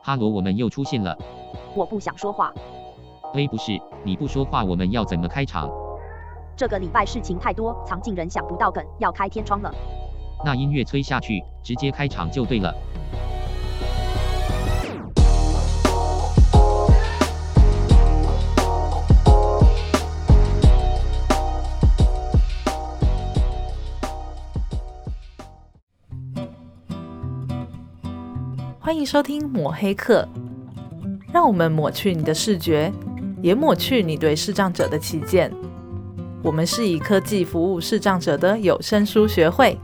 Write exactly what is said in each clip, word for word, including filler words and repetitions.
哈罗，我们又出现了。 我不想说话。 哎，不是，你不说话，我们要怎么开场？ 这个礼拜事情太多，藏进人想不到梗，要开天窗了。 那音乐催下去，直接开场就对了。 欢迎收听抹黑课，让我们抹去你的视觉，也抹去你对视障者的偏见。我们是以科技服务视障者的有声书学会。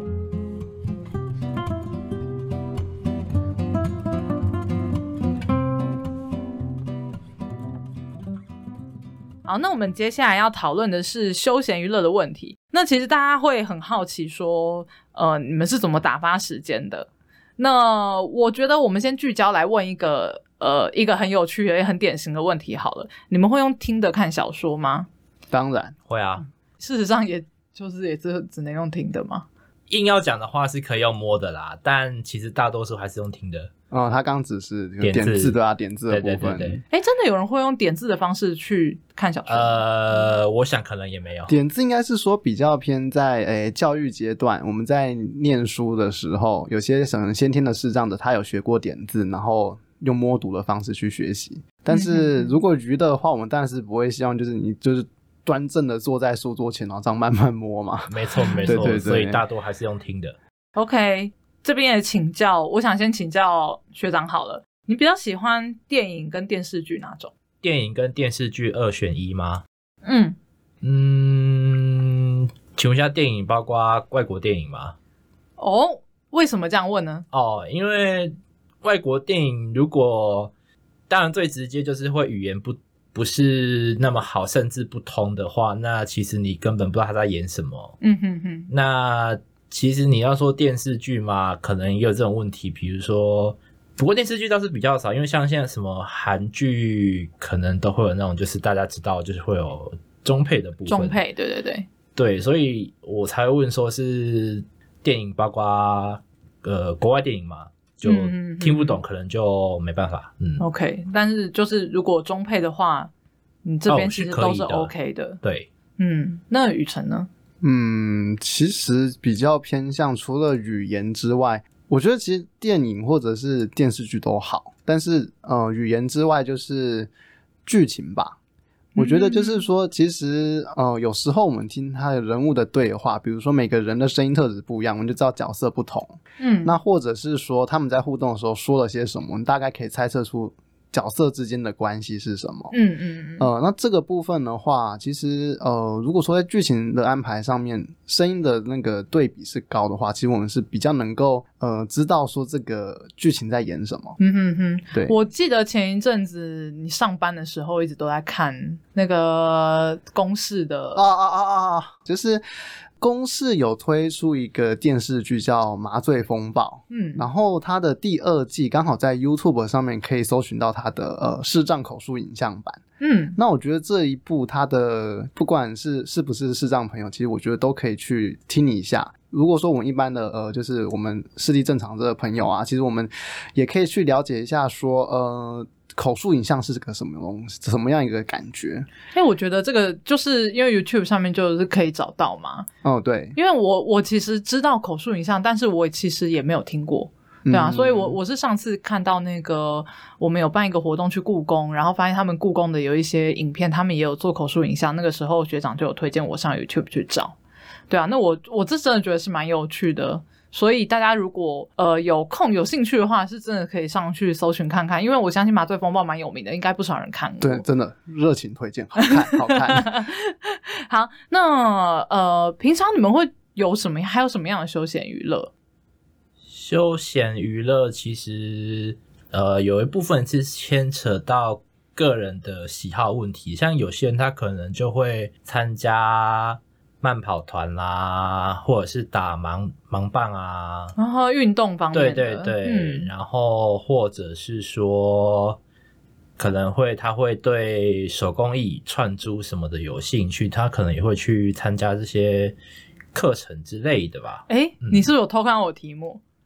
好，那我们接下来要讨论的是休闲娱乐的问题。那其实大家会很好奇说，呃，你们是怎么打发时间的？那我觉得我们先聚焦来问一个呃一个很有趣也很典型的问题好了，你们会用听的看小说吗？ 当然会啊， 事实上也就是也只只能用听的吗？ 硬要讲的话是可以用摸的啦，但其实大多数还是用听的。 哦，他刚只是点字点字对啊，点字的部分。 对对对对。 哎，真的有人会用点字的方式去看小说？ 呃，我想可能也没有。 点字应该是说比较偏在诶教育阶段，我们在念书的时候，有些可能先天的视障的，他有学过点字，然后用摸读的方式去学习。但是如果娱乐的话，我们当然是不会希望就是你就是端正的坐在书桌前，然后这样慢慢摸嘛。 没错没错， 对对对， 所以大多还是用听的。 OK， 这边也请教，我想先请教学长好了，你比较喜欢电影跟电视剧哪种？ 电影跟电视剧二选一吗？ 嗯嗯，请问一下，电影包括外国电影吗？ 哦，为什么这样问呢？ 哦，因为外国电影如果当然最直接就是会语言不不是那么好，甚至不通的话，那其实你根本不知道他在演什么。 嗯哼哼。 那其实你要说电视剧嘛，可能也有这种问题，比如说，不过电视剧倒是比较少，因为像现在什么韩剧，可能都会有那种就是大家知道就是会有中配的部分。 中配，对对对。 对，所以我才会问说是电影包括呃国外电影嘛，就听不懂，可能就没办法。嗯 ，OK， 但是就是如果中配的话，你这边其实都是 OK 的。 哦，对， 嗯，那宇辰呢？ 嗯，其实比较偏向除了语言之外，我觉得其实电影或者是电视剧都好，但是呃语言之外就是剧情吧。我觉得就是说其实呃有时候我们听他的人物的对话，比如说每个人的声音特质不一样，我们就知道角色不同。嗯，那或者是说他们在互动的时候说了些什么，我们大概可以猜测出角色之间的关系是什么。 嗯嗯呃，那这个部分的话，其实呃，如果说在剧情的安排上面，声音的那个对比是高的话，其实我们是比较能够呃知道说这个剧情在演什么。 嗯哼哼， 对。 我记得前一阵子你上班的时候一直都在看那个公视的啊啊啊啊啊，就是公视有推出一个电视剧叫《麻醉风暴》，嗯，然后它的第二季刚好在 YouTube 上面可以搜寻到它的呃视障口述影像版，嗯，那我觉得这一部它的不管是是不是视障朋友，其实我觉得都可以去听一下。如果说我们一般的呃，就是我们视力正常的朋友啊，其实我们也可以去了解一下说呃。口述影像是个什么东西，什么样一个感觉？ 哎、欸，我觉得这个就是因为 YouTube 上面就是可以找到嘛。 哦，对， 因为我我其实知道口述影像，但是我其实也没有听过，对啊，嗯、所以我我是上次看到那个我们有办一个活动去故宫，然后发现他们故宫的有一些影片，他们也有做口述影像，那个时候学长就有推荐我上 YouTube 去找，对啊，那我我这真的觉得是蛮有趣的。所以大家如果呃有空有兴趣的话，是真的可以上去搜寻看看，因为我相信麻醉风暴蛮有名的，应该不少人看过。 对，真的热情推荐，好看好看。 好，那呃平常你们会有什么还有什么样的休闲娱乐？ 休闲娱乐其实呃有一部分是牵扯到个人的喜好问题，像有些人他可能就会参加慢跑团啦，或者是打盲盲棒啊， 然后运动方面的， 对对对， 嗯、 然后或者是说可能会他会对手工艺、串珠什么的有兴趣，他可能也会去参加这些课程之类的吧。 诶、嗯、你是不是有偷看我题目？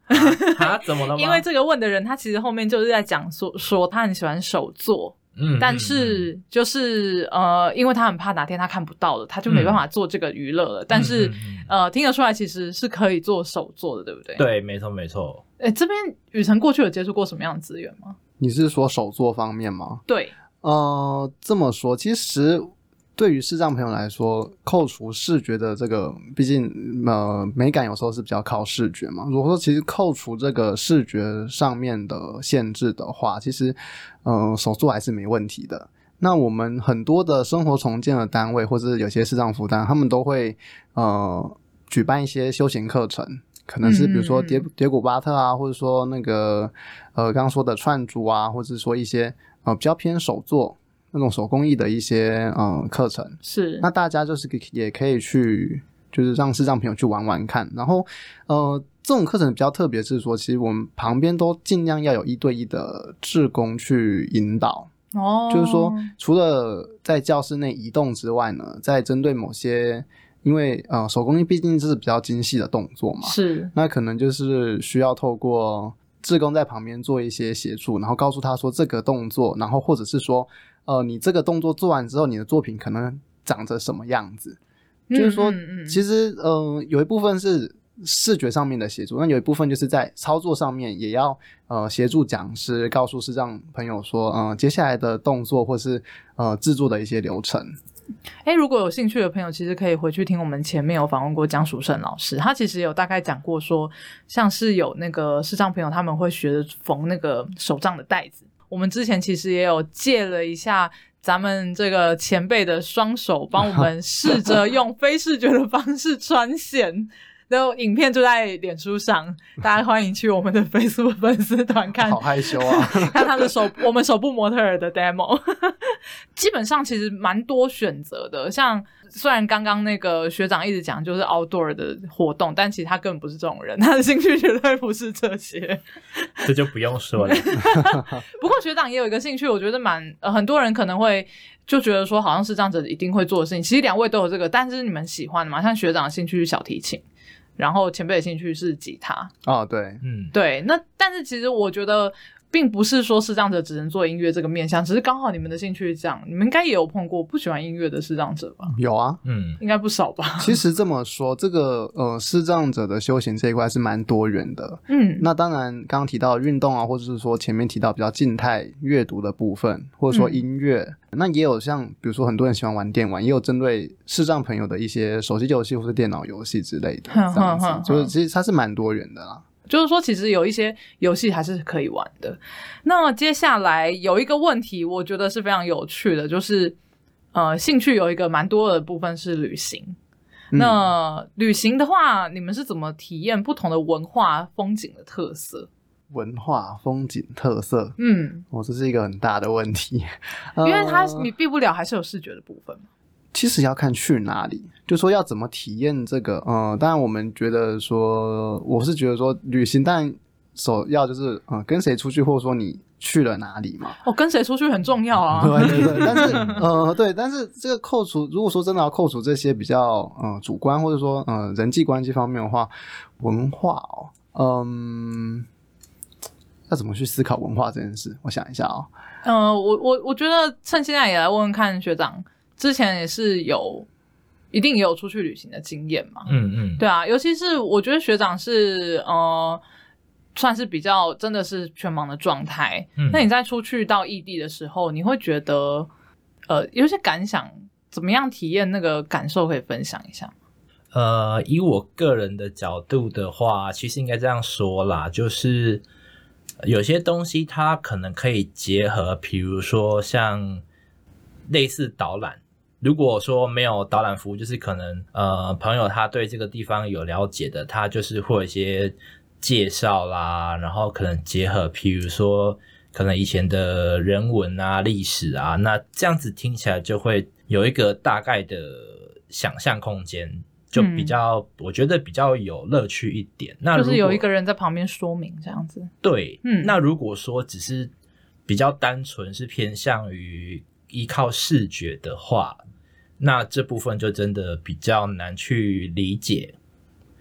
啊，怎么了吗？ 因为这个问的人他其实后面就是在讲说说他很喜欢手作。嗯，但是就是呃，因为他很怕哪天他看不到了，他就没办法做这个娱乐了。嗯、但是、嗯嗯、呃，听得出来其实是可以做手做的，对不对？ 对，没错没错。 诶，这边宇辰过去有接触过什么样的资源吗？ 你是说手作方面吗？ 对， 呃，这么说，其实对于视障朋友来说，扣除视觉的这个，毕竟呃美感有时候是比较靠视觉嘛。如果说其实扣除这个视觉上面的限制的话，其实呃手作还是没问题的。那我们很多的生活重建的单位，或者有些视障服单，他们都会呃举办一些休闲课程，可能是比如说叠叠古巴特啊，或者说那个呃刚刚说的串珠啊，或者说一些呃比较偏手作。那种手工艺的一些嗯课程， 是那大家就是也可以去，就是让视障朋友去玩玩看。然后呃，这种课程比较特别是说，其实我们旁边都尽量要有一对一的志工去引导。哦，就是说除了在教室内移动之外呢，在针对某些，因为呃手工艺毕竟是比较精细的动作嘛， 是那可能就是需要透过志工在旁边做一些协助，然后告诉他说这个动作，然后或者是说。呃，你这个动作做完之后，你的作品可能长着什么样子？嗯、就是说，嗯嗯其实呃，有一部分是视觉上面的协助，那有一部分就是在操作上面也要呃协助讲师告诉视障朋友说，呃，接下来的动作或是呃制作的一些流程。 诶，如果有兴趣的朋友，其实可以回去听我们前面有访问过江淑胜老师，他其实有大概讲过说，像是有那个视障朋友他们会学着缝那个手杖的带子。我们之前其实也有借了一下咱们这个前辈的双手，帮我们试着用非视觉的方式穿线。然后影片就在脸书上，大家欢迎去我们的 Facebook 粉丝团看。 好害羞啊！ 看他的手，我们手部模特儿的 demo。基本上其实蛮多选择的，像虽然刚刚那个学长一直讲就是 outdoor 的活动，但其实他根本不是这种人，他的兴趣绝对不是这些。 这就不用说了。 不过学长也有一个兴趣，我觉得蛮、呃、很多人可能会就觉得说好像是这样子一定会做的事情，其实两位都有这个，但是你们喜欢的嘛，像学长的兴趣是小提琴。然后前辈的兴趣是吉他哦，对， 嗯，对，那但是其实我觉得并不是说视障者只能做音乐这个面向，只是刚好你们的兴趣是这样，你们应该也有碰过不喜欢音乐的视障者吧？ 有啊， 嗯， 应该不少吧。 其实这么说，这个呃视障者的休闲这一块是蛮多元的，嗯，那当然刚刚提到运动啊，或者是说前面提到比较静态阅读的部分，或者说音乐。嗯，那也有像比如说很多人喜欢玩电玩，也有针对视障朋友的一些手机游戏或是电脑游戏之类的，这样子就是其实它是蛮多元的啦。 就是说其实有一些游戏还是可以玩的。那接下来有一个问题我觉得是非常有趣的，就是呃，兴趣有一个蛮多的部分是旅行。嗯，那旅行的话你们是怎么体验不同的文化风景的特色？ 文化风景特色， 嗯， 哦，这是一个很大的问题， 因为它你避不了还是有视觉的部分嘛。 其实要看去哪里，就说要怎么体验这个，嗯、呃，当然我们觉得说，我是觉得说旅行，当然首要就是嗯、呃，跟谁出去，或者说你去了哪里嘛。 哦，跟谁出去很重要啊。 对对对，但是呃，对，但是这个扣除，如果说真的要扣除这些比较呃主观或者说呃人际关系方面的话，文化哦，嗯。要怎么去思考文化这件事？我想一下哦。 呃，我我我觉得趁现在也来问问看学长，之前也是有一定也有出去旅行的经验嘛？ 嗯嗯， 对啊，尤其是我觉得学长是呃算是比较真的是全盲的状态。嗯，那你在出去到异地的时候，你会觉得呃有些感想，怎么样体验那个感受可以分享一下吗？ 呃，以我个人的角度的话，其实应该这样说啦，就是有些东西它可能可以结合，比如说像类似导览，如果说没有导览服务，就是可能呃朋友他对这个地方有了解的，他就是会有一些介绍啦，然后可能结合比如说可能以前的人文啊历史啊，那这样子听起来就会有一个大概的想象空间，就比较、嗯、我觉得比较有乐趣一点。那就是有一个人在旁边说明这样子。 对，嗯，那如果说只是比较单纯是偏向于依靠视觉的话，那这部分就真的比较难去理解。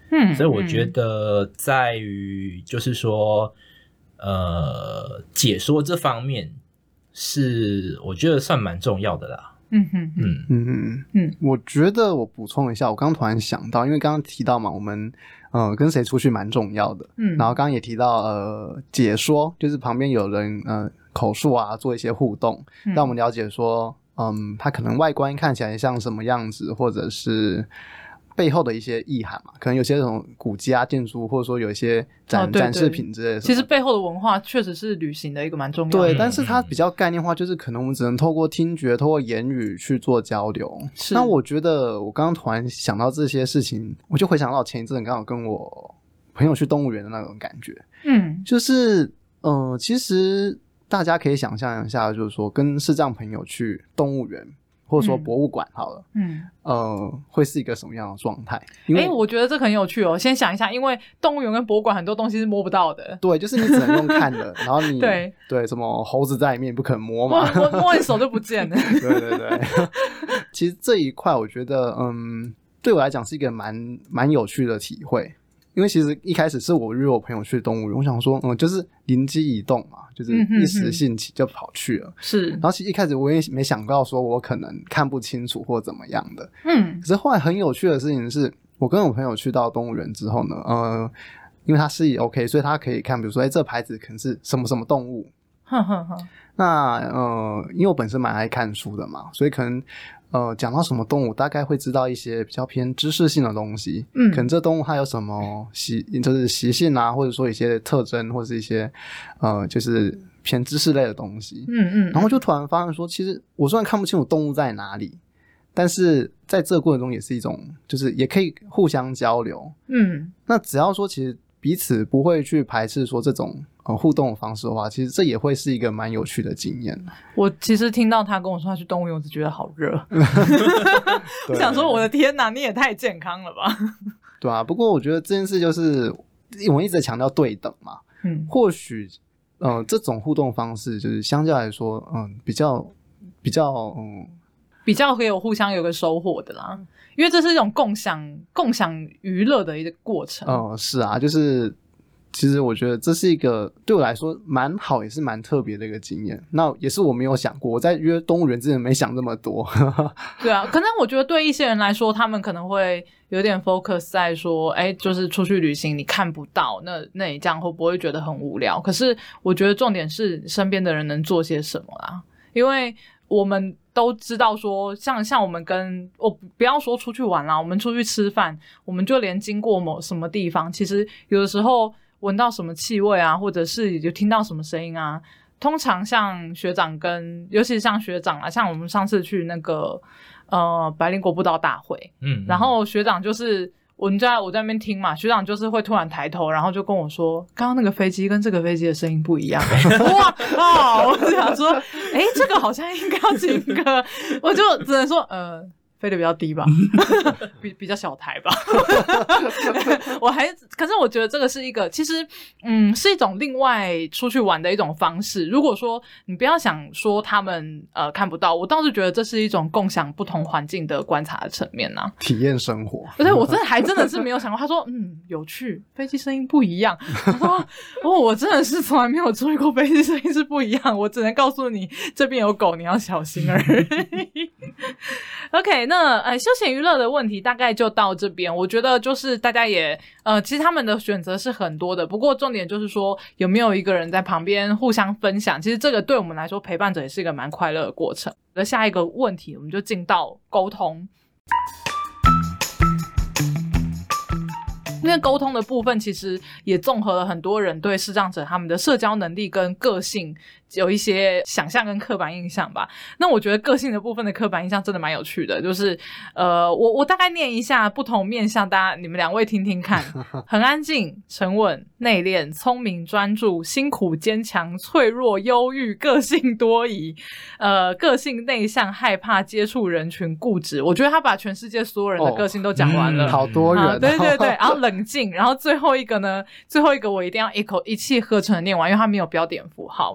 嗯，所以我觉得在于就是说，呃，解说这方面是我觉得算蛮重要的啦。 嗯哼嗯嗯嗯嗯，我觉得我补充一下，我刚突然想到，因为刚刚提到嘛，我们呃跟谁出去蛮重要的，嗯，然后刚刚也提到呃解说，就是旁边有人呃口述啊，做一些互动，嗯，让我们了解说，嗯，它可能外观看起来像什么样子，或者是背后的一些意涵嘛，可能有些这种古迹啊、建筑，或者说有一些展、哦、对对展示品之类的。 其实背后的文化确实是旅行的一个蛮重要的。 对，但是它比较概念化，就是可能我们只能透过听觉、透过言语去做交流。是。那我觉得我刚刚突然想到这些事情，我就回想到前一阵刚好跟我朋友去动物园的那种感觉。嗯，就是呃，其实大家可以想象一下，就是说跟视障朋友去动物园。或者说博物馆好了，嗯，呃，会是一个什么样的状态？ 哎、欸，我觉得这很有趣哦。先想一下，因为动物园跟博物馆很多东西是摸不到的， 对，就是你只能用看的，然后你对对，什么猴子在里面不肯摸嘛， 摸摸完手就不见了。 对对对，其实这一块我觉得，嗯，对我来讲是一个蛮蛮有趣的体会。因为其实一开始是我约我朋友去动物园，我想说，嗯，就是灵机一动嘛，就是一时兴起就跑去了。是，然后其实一开始我也没想到说我可能看不清楚或怎么样的。嗯，可是后来很有趣的事情是，我跟我朋友去到动物园之后呢，呃，因为他视野 OK， 所以他可以看，比如说，哎，这牌子可能是什么什么动物。哼哼哼。那呃，因为我本身蛮爱看书的嘛，所以可能。呃，讲到什么动物，大概会知道一些比较偏知识性的东西。嗯，可能这动物它有什么习，就是习性啊，或者说一些特征，或者是一些呃，就是偏知识类的东西。嗯嗯。然后就突然发现说，其实我虽然看不清楚动物在哪里，但是在这个过程中也是一种，就是也可以互相交流。嗯。那只要说，其实彼此不会去排斥说这种。呃，互动的方式的话，其实这也会是一个蛮有趣的经验。 我其实听到他跟我说他去动物园，我只觉得好热。我想说，我的天哪，你也太健康了吧？ 对啊，不过我觉得这件事就是我们一直在强调对等嘛。嗯，或许呃这种互动方式就是相较来说，嗯，比较比较嗯比较可以有互相有个收获的啦。因为这是一种共享共享娱乐的一个过程。 嗯、呃，是啊，就是。其实我觉得这是一个对我来说蛮好也是蛮特别的一个经验，那也是我没有想过，我在约动物园之前没想这么多。 对啊，可能我觉得对一些人来说，他们可能会有点 focus 在说，哎，就是出去旅行你看不到，那那你这样会不会觉得很无聊？可是我觉得重点是身边的人能做些什么啦，因为我们都知道说像像我们跟我不要说出去玩啦，我们出去吃饭，我们就连经过某什么地方，其实有的时候闻到什么气味啊，或者是有听到什么声音啊，通常像学长跟尤其是像学长啊，像我们上次去那个呃百灵果步道大会，嗯，然后学长就是我们在我在那边听嘛，学长就是会突然抬头，然后就跟我说，刚刚那个飞机跟这个飞机的声音不一样。哇哦，我就想说，哎，这个好像应该要听歌，我就只能说，呃。飞得比较低吧，比比较小台吧。我还可是我觉得这个是一个，其实嗯是一种另外出去玩的一种方式。如果说你不要想说他们呃看不到，我倒是觉得这是一种共享不同环境的观察的层面啊， 体验生活。 而且我真的还真的是没有想过，他说嗯有趣，飞机声音不一样。他说哦，我真的是从来没有注意过飞机声音是不一样，我只能告诉你这边有狗，你要小心而已。OK。那呃，休闲娱乐的问题大概就到这边。我觉得就是大家也呃，其实他们的选择是很多的，不过重点就是说有没有一个人在旁边互相分享。其实这个对我们来说，陪伴者也是一个蛮快乐的过程。那下一个问题，我们就进到沟通。因为沟通的部分其实也综合了很多人对视障者他们的社交能力跟个性有一些想象跟刻板印象吧。那我觉得个性的部分的刻板印象真的蛮有趣的，就是呃，我我大概念一下不同面向，大家你们两位听听看。很安静、沉稳、内敛、聪明、专注、辛苦、坚强、脆弱、忧郁、个性多疑，呃，个性内向、害怕接触人群、固执。我觉得他把全世界所有人的个性都讲完了， 哦嗯、好多元、哦啊。对对对，然后冷静，然后最后一个呢，最后一个我一定要一口一气呵成的念完，因为他没有标点符号。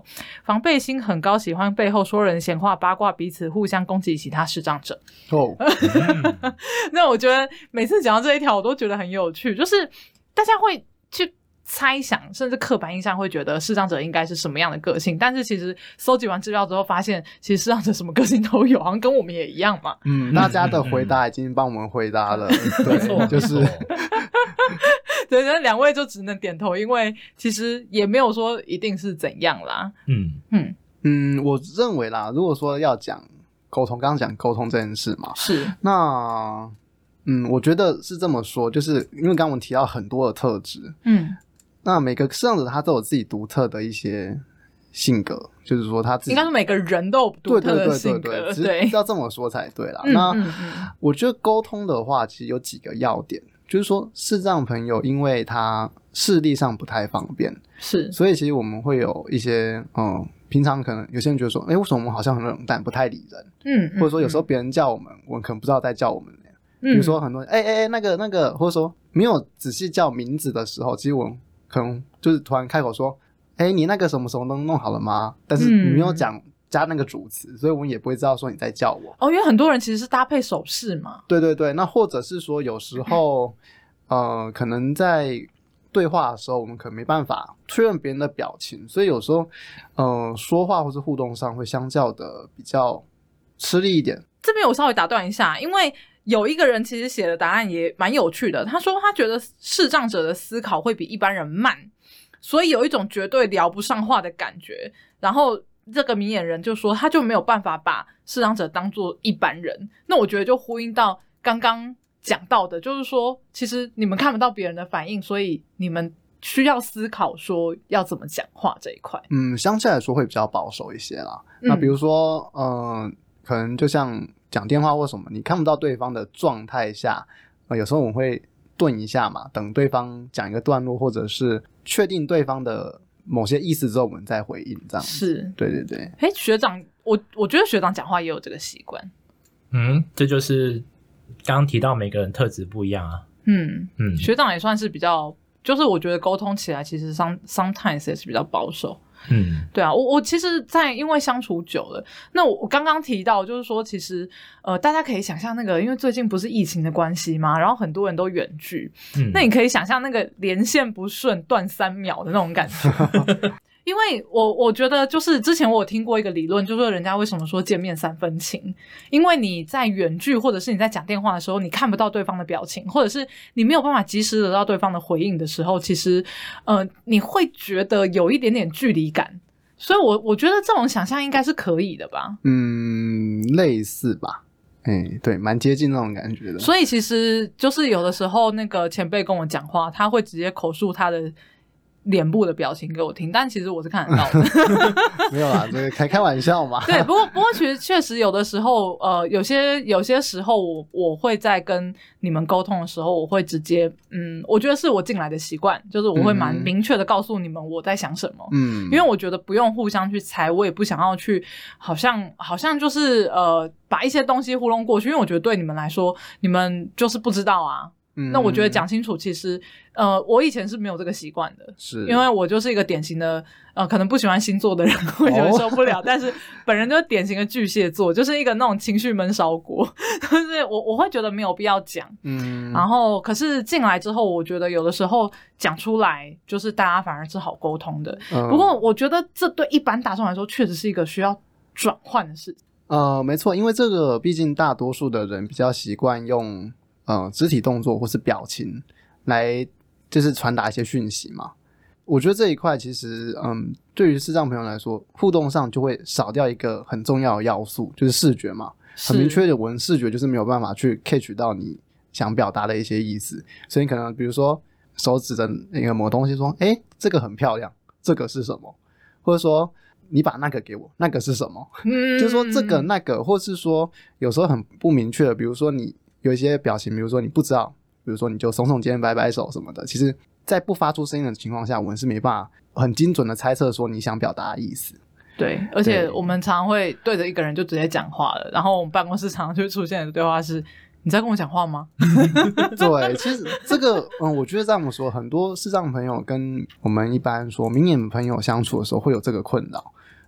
防备心很高，喜欢背后说人闲话，八卦彼此，互相攻击其他视障者。 哦， 那我觉得每次讲到这一条我都觉得很有趣，就是大家会去猜想甚至刻板印象会觉得视障者应该是什么样的个性，但是其实搜集完资料之后发现其实视障者什么个性都有，好像跟我们也一样嘛。 嗯，大家的回答已经帮我们回答了。对，就是对，那两位就只能点头，因为其实也没有说一定是怎样啦。 嗯嗯嗯，我认为啦，如果说要讲沟通，刚刚讲沟通这件事嘛， 是那嗯，我觉得是这么说，就是因为刚刚我们提到很多的特质， 嗯， 那每个视障者他都有自己独特的一些性格，就是说他自己应该说每个人都有独特的性格， 对对对对对， 对，要这么说才对啦。 嗯那、 嗯嗯、 我觉得沟通的话，其实有几个要点，就是说视障朋友因为他视力上不太方便， 是， 所以其实我们会有一些嗯。平常可能有些人觉得说，哎，为什么我们好像很冷淡，不太理人？ 嗯， 或者说有时候别人叫我们，我们可能不知道在叫我们。 嗯、 比如说很多人，哎哎哎，那个那个，或者说没有仔细叫名字的时候，其实我可能就是突然开口说，哎，你那个什么什么都弄好了吗？但是你没有讲加那个主词，所以我们也不会知道说你在叫我。 哦，因为很多人其实是搭配手势嘛。 对对对，那或者是说有时候，呃，可能在对话的时候，我们可能没办法确认别人的表情，所以有时候，呃，说话或是互动上会相较的比较吃力一点。 这边我稍微打断一下，因为有一个人其实写的答案也蛮有趣的，他说他觉得视障者的思考会比一般人慢，所以有一种绝对聊不上话的感觉。然后这个明眼人就说他就没有办法把视障者当作一般人。那我觉得就呼应到刚刚讲到的，就是说其实你们看不到别人的反应，所以你们需要思考说要怎么讲话这一块。嗯， 相对来说会比较保守一些啦。嗯、那比如说呃可能就像讲电话或什么，你看不到对方的状态下，呃有时候我们会顿一下嘛，等对方讲一个段落，或者是确定对方的某些意思之后我们再回应，这样是。 对对对。 诶，学长我我觉得学长讲话也有这个习惯。 嗯，这就是刚刚提到每个人特质不一样啊。 嗯嗯，学长也算是比较，就是我觉得沟通起来其实 some, sometimes 也是比较保守。 嗯， 对啊，我我其实在因为相处久了，那我我刚刚提到就是说其实呃大家可以想象那个，因为最近不是疫情的关系嘛，然后很多人都远距、嗯、那你可以想象那个连线不顺断三秒的那种感觉。因为我我觉得就是之前我有听过一个理论，就是说人家为什么说见面三分情，因为你在远距或者是你在讲电话的时候，你看不到对方的表情，或者是你没有办法及时得到对方的回应的时候，其实呃你会觉得有一点点距离感，所以我我觉得这种想象应该是可以的吧。 嗯，类似吧。哎，对，蛮接近那种感觉的。 所以其实就是有的时候那个前辈跟我讲话，他会直接口述他的脸部的表情给我听，但其实我是看得到的。 没有啦，这个开开玩笑嘛。 对，不过不过其实确实有的时候，呃，有些有些时候我我会在跟你们沟通的时候，我会直接，嗯，我觉得是我进来的习惯，就是我会蛮明确的告诉你们我在想什么。嗯，因为我觉得不用互相去猜，我也不想要去，好像好像就是呃把一些东西糊弄过去，因为我觉得对你们来说，你们就是不知道啊。嗯、那我觉得讲清楚，其实呃，我以前是没有这个习惯的，是因为我就是一个典型的呃，可能不喜欢星座的人，我觉得受不了。哦、但是本人就是典型的巨蟹座，就是一个那种情绪闷烧锅，就是我我会觉得没有必要讲。嗯，然后可是进来之后，我觉得有的时候讲出来，就是大家反而是好沟通的。嗯、不过我觉得这对一般大众来说，确实是一个需要转换的事。 呃，没错，因为这个毕竟大多数的人比较习惯用。呃，肢体动作或是表情来就是传达一些讯息嘛。我觉得这一块其实嗯，对于视障朋友来说，互动上就会少掉一个很重要的要素，就是视觉嘛。很明确的，我们视觉就是没有办法去 catch 到你想表达的一些意思，所以可能比如说手指着那个某东西说，诶，这个很漂亮，这个是什么？或者说你把那个给我，那个是什么？嗯，就是说这个那个，或是说有时候很不明确的，比如说你有一些表情，比如说你不知道，比如说你就耸耸肩摆摆手什么的，其实在不发出声音的情况下，我们是没办法很精准的猜测说你想表达的意思。 对，而且我们常常会对着一个人就直接讲话了，然后我们办公室常常就会出现的对话是，你在跟我讲话吗？ 对，其实这个嗯，我觉得这样说，很多视障朋友跟我们一般说明眼朋友相处的时候会有这个困扰，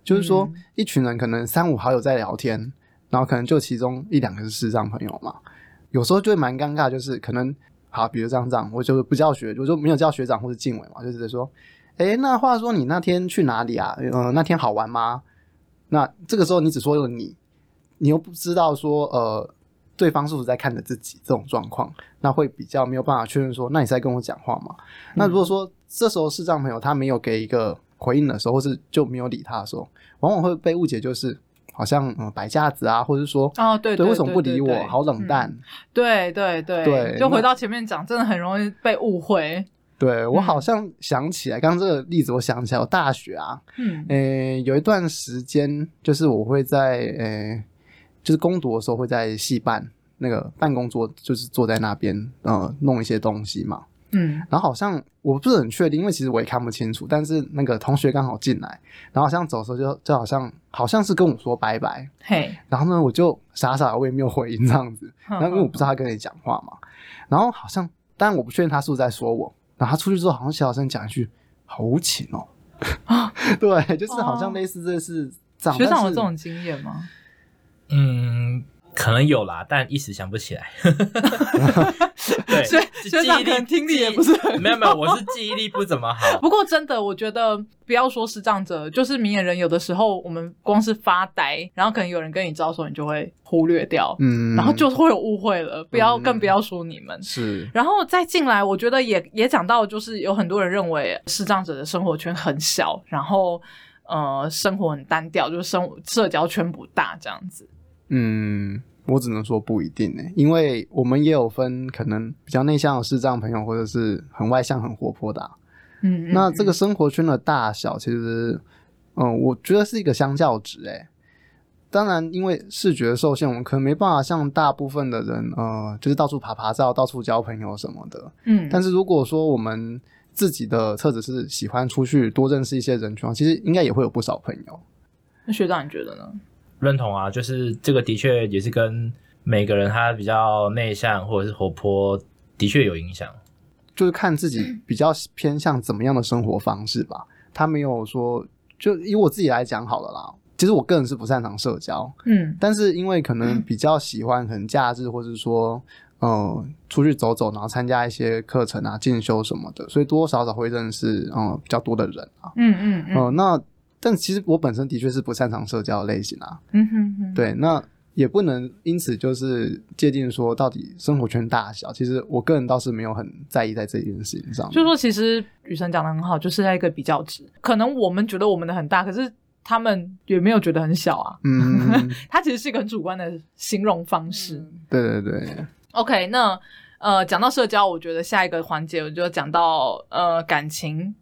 就是说一群人可能三五好友在聊天，然后可能就其中一两个是视障朋友嘛，有时候就会蛮尴尬，就是可能好，比如这样这样，我就不叫学，我就没有叫学长或是静伟嘛，就直接说，诶，那话说你那天去哪里啊？呃，那天好玩吗？那这个时候你只说了你，你又不知道说呃对方是不是在看着自己，这种状况，那会比较没有办法确认说，那你是在跟我讲话吗？嗯、那如果说这时候视障朋友他没有给一个回应的时候，或是就没有理他的时候，往往会被误解就是好像嗯摆架子啊，或者是说哦对 对, 对, 对为什么不理我， 对对对好冷淡、 嗯、对对对对， 就回到前面讲，真的很容易被误会。 对，我好像想起来，刚刚这个例子我想起来，我大学啊，嗯，诶，有一段时间就是我会在诶，就是攻读的时候会在系办那个办公桌，就是坐在那边呃弄一些东西嘛，嗯，然后好像我不是很确定，因为其实我也看不清楚，但是那个同学刚好进来，然后好像走的时候就就好像好像是跟我说拜拜，嘿，然后呢我就傻傻的我也没有回应这样子，然后因为我不知道他跟你讲话嘛，然后好像当然我不确定他是不是在说我。然后他出去之后好像小声讲一句好无情哦对，就是好像类似这是这样。 学长有这种经验吗？ 嗯，可能有啦，但一时想不起来对， 所以学长可能听力也不是很没有没有，我是记忆力不怎么好。 不过真的我觉得不要说视障者，就是明眼人有的时候我们光是发呆，然后可能有人跟你招手，你就会忽略掉，嗯，然后就会有误会了，不要、嗯、更不要说你们是。 然后再进来我觉得也也讲到，就是有很多人认为视障者的生活圈很小，然后呃生活很单调，就是生社交圈不大这样子。 嗯，我只能说不一定耶，因为我们也有分可能比较内向的视障朋友，或者是很外向很活泼的、啊、嗯, 嗯, 嗯那这个生活圈的大小其实嗯，我觉得是一个相较值耶。当然因为视觉受限，我们可能没办法像大部分的人呃，就是到处爬爬照，到处交朋友什么的，嗯，但是如果说我们自己的特质是喜欢出去多认识一些人群，其实应该也会有不少朋友。 那学长你觉得呢？ 认同啊，就是这个的确也是跟每个人他比较内向或者是活泼的确有影响， 就是看自己比较偏向怎么样的生活方式吧。他没有说，就以我自己来讲好了啦，其实我个人是不擅长社交，嗯，但是因为可能比较喜欢可能假日或是说呃出去走走，然后参加一些课程啊进修什么的，所以多多少少会认识呃比较多的人啊，嗯嗯嗯、呃、那但其实我本身的确是不擅长社交的类型啊，嗯哼哼，对，那也不能因此就是界定说到底生活圈大小，其实我个人倒是没有很在意在这件事情上。 就是说其实雨辰讲得很好，就是在一个比较值，可能我们觉得我们的很大，可是他们也没有觉得很小啊，嗯它其实是一个很主观的形容方式、嗯、 对对对。 OK， 那呃讲到社交，我觉得下一个环节我就讲到呃感情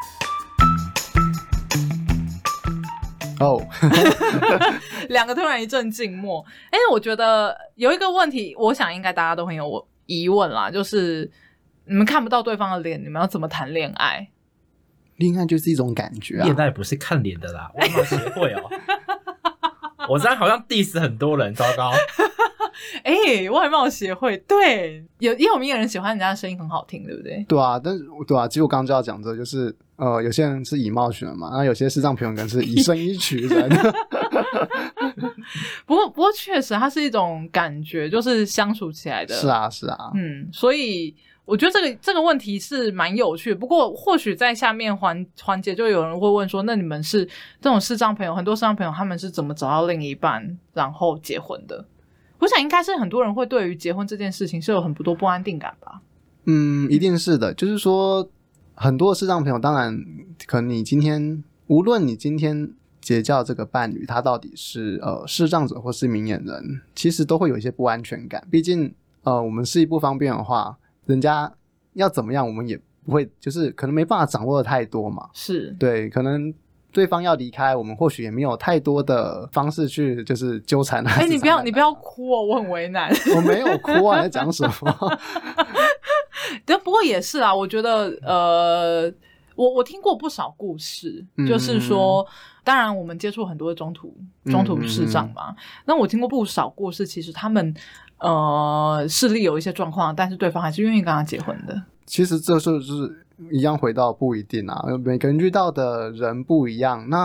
哦、oh. 两个突然一阵静默。哎，我觉得有一个问题，我想应该大家都很有疑问啦，就是你们看不到对方的脸，你们要怎么谈恋爱？ 恋爱就是一种感觉啊， 恋爱不是看脸的啦，外貌协会哦我这样好像 diss 很多人，糟糕哎、欸，外貌协会，对，有也有明眼人喜欢人家的声音很好听，对不对？ 对啊，但是对啊，其实我刚刚就要讲这个，就是呃，有些人是以貌取人嘛，那有些视障朋友可能是以声音取人不过不过确实它是一种感觉，就是相处起来的。 是啊是啊， 嗯，所以我觉得这个这个问题是蛮有趣的。不过或许在下面环环节就有人会问说，那你们是这种视障朋友，很多视障朋友他们是怎么找到另一半然后结婚的？我想应该是很多人会对于结婚这件事情是有很多不安定感吧。 嗯，一定是的，就是说很多视障朋友，当然可能你今天无论你今天结交这个伴侣他到底是呃视障者或是明眼人，其实都会有一些不安全感，毕竟呃我们视力不方便的话，人家要怎么样我们也不会，就是可能没办法掌握的太多嘛，是对，可能对方要离开我们或许也没有太多的方式去就是纠缠他。 哎、欸，你不要你不要哭哦，我很为难我没有哭啊，你在讲什么但不过也是啊，我觉得呃我我听过不少故事、嗯、就是说当然我们接触很多中途中途视障嘛、嗯、那我听过不少故事，其实他们呃视力有一些状况，但是对方还是愿意跟他结婚的。 其实这就是一样回到不一定啊，每个人遇到的人不一样，那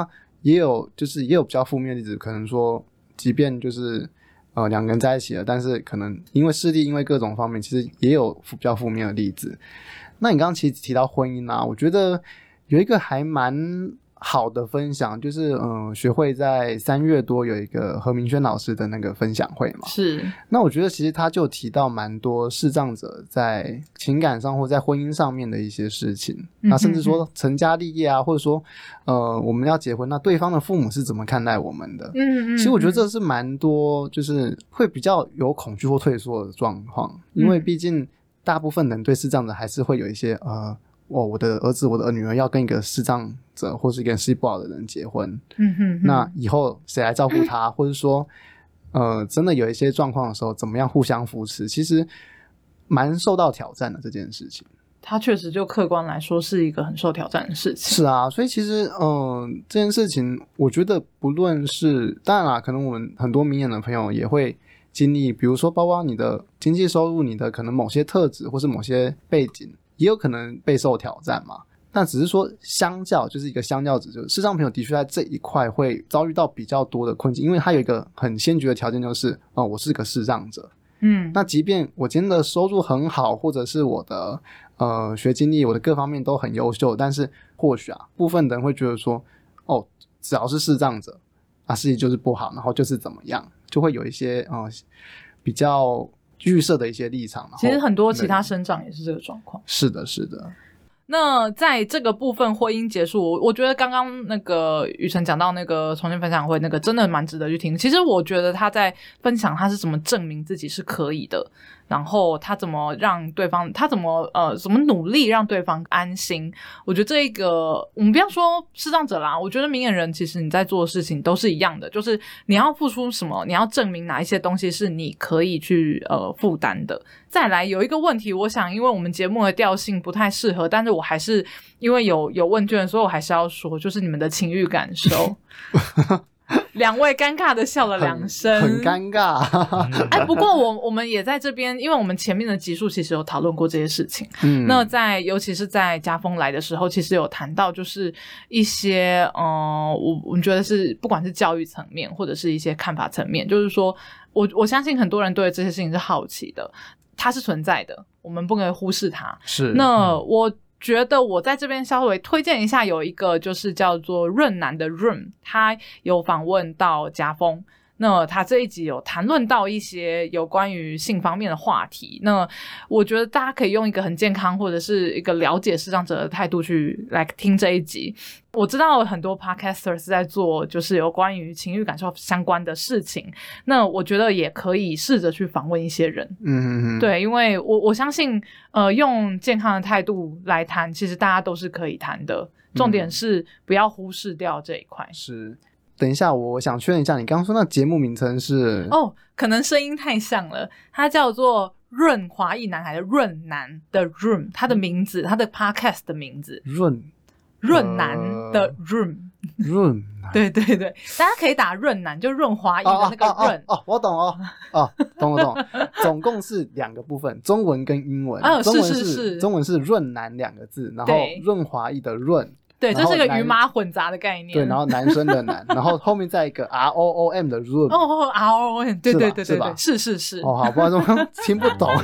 也有就是也有比较负面的例子，可能说即便就是呃两个人在一起了，但是可能因为势力因为各种方面，其实也有比较负面的例子。那你刚刚其实提到婚姻啊，我觉得有一个还蛮好的分享，就是嗯、呃，学会在三月多有一个何明轩老师的那个分享会嘛。 是。 那我觉得其实他就提到蛮多视障者在情感上或在婚姻上面的一些事情，嗯、那甚至说成家立业啊，或者说呃我们要结婚，那对方的父母是怎么看待我们的？嗯嗯。其实我觉得这是蛮多就是会比较有恐惧或退缩的状况，因为毕竟大部分人对视障者还是会有一些呃。哦，我的儿子我的女儿要跟一个视障者或是一个视力不好的人结婚，嗯哼哼，那以后谁来照顾他、嗯、或者说呃，真的有一些状况的时候怎么样互相扶持，其实蛮受到挑战的这件事情。 它确实就客观来说是一个很受挑战的事情。 是啊，所以其实嗯、呃，这件事情我觉得不论是当然啦，可能我们很多明眼的朋友也会经历，比如说包括你的经济收入，你的可能某些特质或是某些背景也有可能备受挑战嘛，但只是说相较就是一个相较值，就是视障朋友的确在这一块会遭遇到比较多的困境，因为他有一个很先决的条件就是哦，我是个视障者，嗯，那即便我今天的收入很好，或者是我的呃学经历我的各方面都很优秀，但是或许啊部分人会觉得说哦，只要是视障者啊视力就是不好，然后就是怎么样，就会有一些呃比较预设的一些立场。 其实很多其他生长也是这个状况。 是的是的。 那在这个部分婚姻结束，我觉得刚刚那个宇辰讲到那个重新分享会那个真的蛮值得去听。其实我觉得他在分享他是怎么证明自己是可以的，然后他怎么让对方他怎么呃怎么努力让对方安心。我觉得这个我们不要说视障者啦，我觉得明眼人其实你在做的事情都是一样的，就是你要付出什么，你要证明哪一些东西是你可以去呃负担的。再来有一个问题，我想因为我们节目的调性不太适合，但是我还是因为有有问卷，所以我还是要说，就是你们的情欲感受。两位尴尬的笑了两声， 很尴尬。 哎，不过我我们也在这边，因为我们前面的集数其实有讨论过这些事情。嗯，那在尤其是在家风来的时候，其实有谈到就是一些呃，我我们觉得是不管是教育层面或者是一些看法层面，就是说我我相信很多人对这些事情是好奇的，它是存在的，我们不能忽视它。 是， 那我觉得我在这边稍微推荐一下，有一个就是叫做润南的润，他有访问到家风，那他这一集有谈论到一些有关于性方面的话题，那我觉得大家可以用一个很健康或者是一个了解视障者的态度去来听这一集。我知道很多 podcaster 是在做就是有关于情欲感受相关的事情，那我觉得也可以试着去访问一些人。嗯嗯，对，因为我我相信呃用健康的态度来谈，其实大家都是可以谈的，重点是不要忽视掉这一块。 是，等一下我想确认一下，你刚刚说那节目名称是？ 哦，可能声音太像了，它叫做润华裔男孩的润男的 room， 他的名字，他的 podcast 的名字润润男的 room， 润、呃、 对对对，大家可以打润男，就润华裔的那个润。 哦，哦哦哦我懂哦，哦，懂了懂了，总共是两个部分，中文跟英文。 哦， 中文是是是是， 中文是润男两个字，然后润华裔的润。 对，这是个鱼马混杂的概念。 对，然后男生的男，然后后面再一个 R O O M 的 room。 哦 ，R O O M， 对对对对对，是是是。 哦，好，不然我听不懂。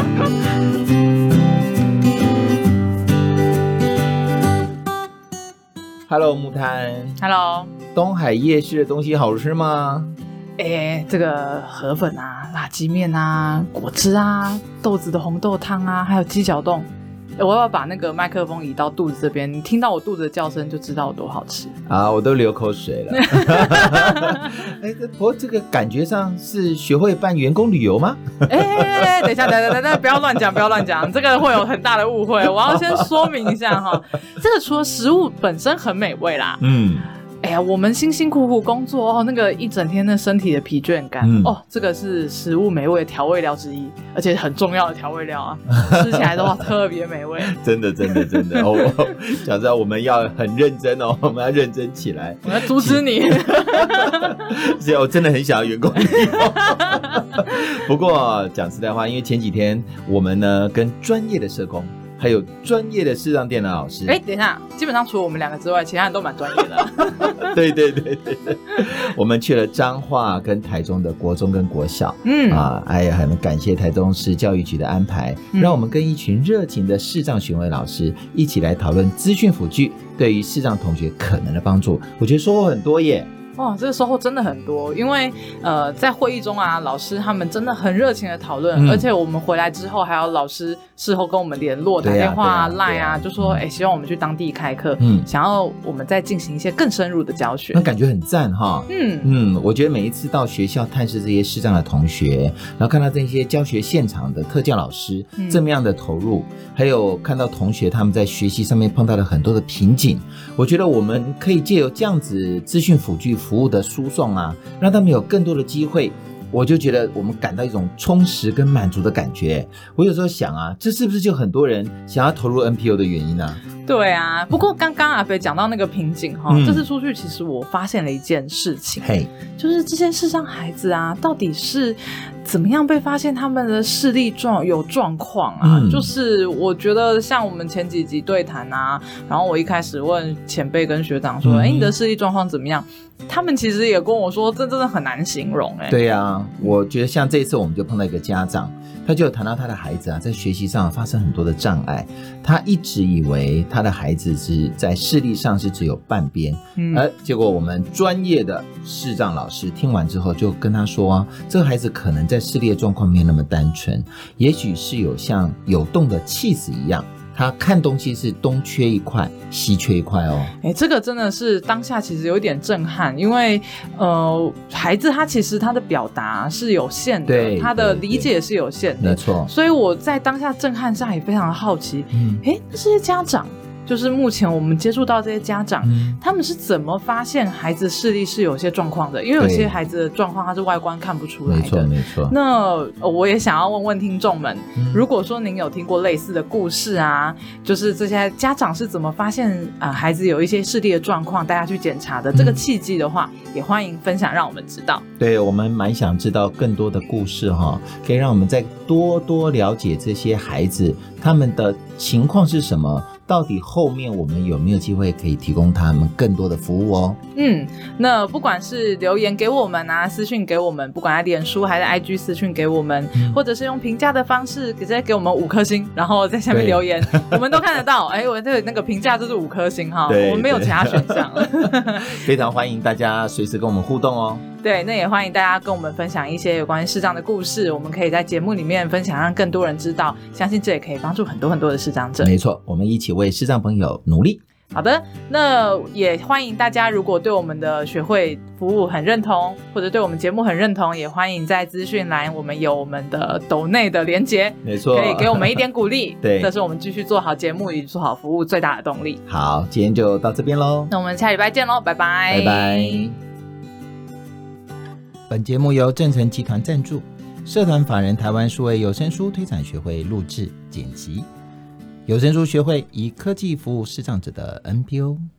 Hello， 木炭。 Hello。 东海夜市的东西好吃吗？ 哎，这个河粉啊、辣鸡面啊、果汁啊、豆子的红豆汤啊，还有鸡脚冻。我要把那个麦克风移到肚子这边，你听到我肚子的叫声就知道有多好吃啊！我都流口水了。哎，不过这个感觉上是学会办员工旅游吗？ 哎，等一下，等等等等，不要乱讲，不要乱讲，这个会有很大的误会。我要先说明一下哈，这个除了食物本身很美味啦，嗯。哎呀，我们辛辛苦苦工作哦，那个一整天的身体的疲倦感、嗯、哦，这个是食物美味的调味料之一，而且很重要的调味料啊，吃起来的话特别美味。 真的，真的，真的哦！想知道我们要很认真哦，我们要认真起来。 我要阻止你。 所以我真的很想要员工旅游。不过讲实在话，因为前几天我们呢跟专业的社工还有专业的视障电脑老师。 哎，等一下，基本上除了我们两个之外，其他人都蛮专业的。 对对对对对，我们去了彰化跟台中的国中跟国小，嗯啊，哎呀，很感谢台中市教育局的安排，嗯、让我们跟一群热情的视障巡回老师一起来讨论资讯辅具对于视障同学可能的帮助。我觉得收获很多耶。 哇，这个收获真的很多，因为呃，在会议中啊，老师他们真的很热情的讨论、嗯，而且我们回来之后，还有老师事后跟我们联络，打电话、赖啊，啊，就说哎、欸，希望我们去当地开课，嗯，想要我们再进行一些更深入的教学， 那感觉很赞哈。嗯嗯，我觉得每一次到学校探视这些视障的同学，然后看到这些教学现场的特教老师、嗯、这么样的投入，还有看到同学他们在学习上面碰到了很多的瓶颈，我觉得我们可以借由这样子资讯辅具服务的输送啊，让他们有更多的机会，我就觉得我们感到一种充实跟满足的感觉。我有时候想啊，这是不是就很多人想要投入 N P O 的原因啊？ 对啊，不过刚刚阿飞讲到那个瓶颈哈、嗯，这次出去其实我发现了一件事情，嘿，就是这些视障孩子啊，到底是怎么样被发现他们的视力状有状况啊、嗯？就是我觉得像我们前几集对谈啊，然后我一开始问前辈跟学长说，哎、嗯，你的视力状况怎么样？他们其实也跟我说，这真的很难形容哎、欸。 对啊，我觉得像这一次我们就碰到一个家长，他就有谈到他的孩子啊，在学习上发生很多的障碍，他一直以为他的孩子是在视力上是只有半边，嗯，而结果我们专业的视障老师听完之后就跟他说啊，这个孩子可能在视力的状况没有那么单纯，也许是有像有动的气死一样。他看东西是东缺一块西缺一块哦。 哎，这个真的是当下其实有一点震撼，因为呃，孩子他其实他的表达是有限的， 对， 他的理解是有限的， 没错。 所以我在当下震撼下也非常的好奇，嗯，哎，这些家长。就是目前我们接触到这些家长、嗯、他们是怎么发现孩子视力是有些状况的，因为有些孩子的状况他是外观看不出来的， 没错没错。 那我也想要问问听众们、嗯、如果说您有听过类似的故事啊，就是这些家长是怎么发现、呃、孩子有一些视力的状况带他去检查的、嗯、这个契机的话也欢迎分享让我们知道。 对，我们蛮想知道更多的故事哈，可以让我们再多多了解这些孩子他们的情况是什么，到底后面我们有没有机会可以提供他们更多的服务哦？ 嗯，那不管是留言给我们啊，私讯给我们，不管在脸书还是 I G 私讯给我们、嗯、或者是用评价的方式直接给我们五颗星，然后在下面留言我们都看得到。哎，我这那个评价就是五颗星哈，我们没有其他选项非常欢迎大家随时跟我们互动哦。 对，那也欢迎大家跟我们分享一些有关于视障的故事，我们可以在节目里面分享，让更多人知道，相信这也可以帮助很多很多的视障者。 没错，我们一起为视障朋友努力。 好的，那也欢迎大家如果对我们的学会服务很认同，或者对我们节目很认同，也欢迎在资讯栏我们有我们的抖内的连结， 没错， 可以给我们一点鼓励对， 这是我们继续做好节目与做好服务最大的动力。 好，今天就到这边咯， 那我们下礼拜见咯，拜拜拜拜。本节目由正成集团赞助，社团法人台湾数位有声书推展学会录制剪辑。有声书学会以科技服务视障者的 N P O。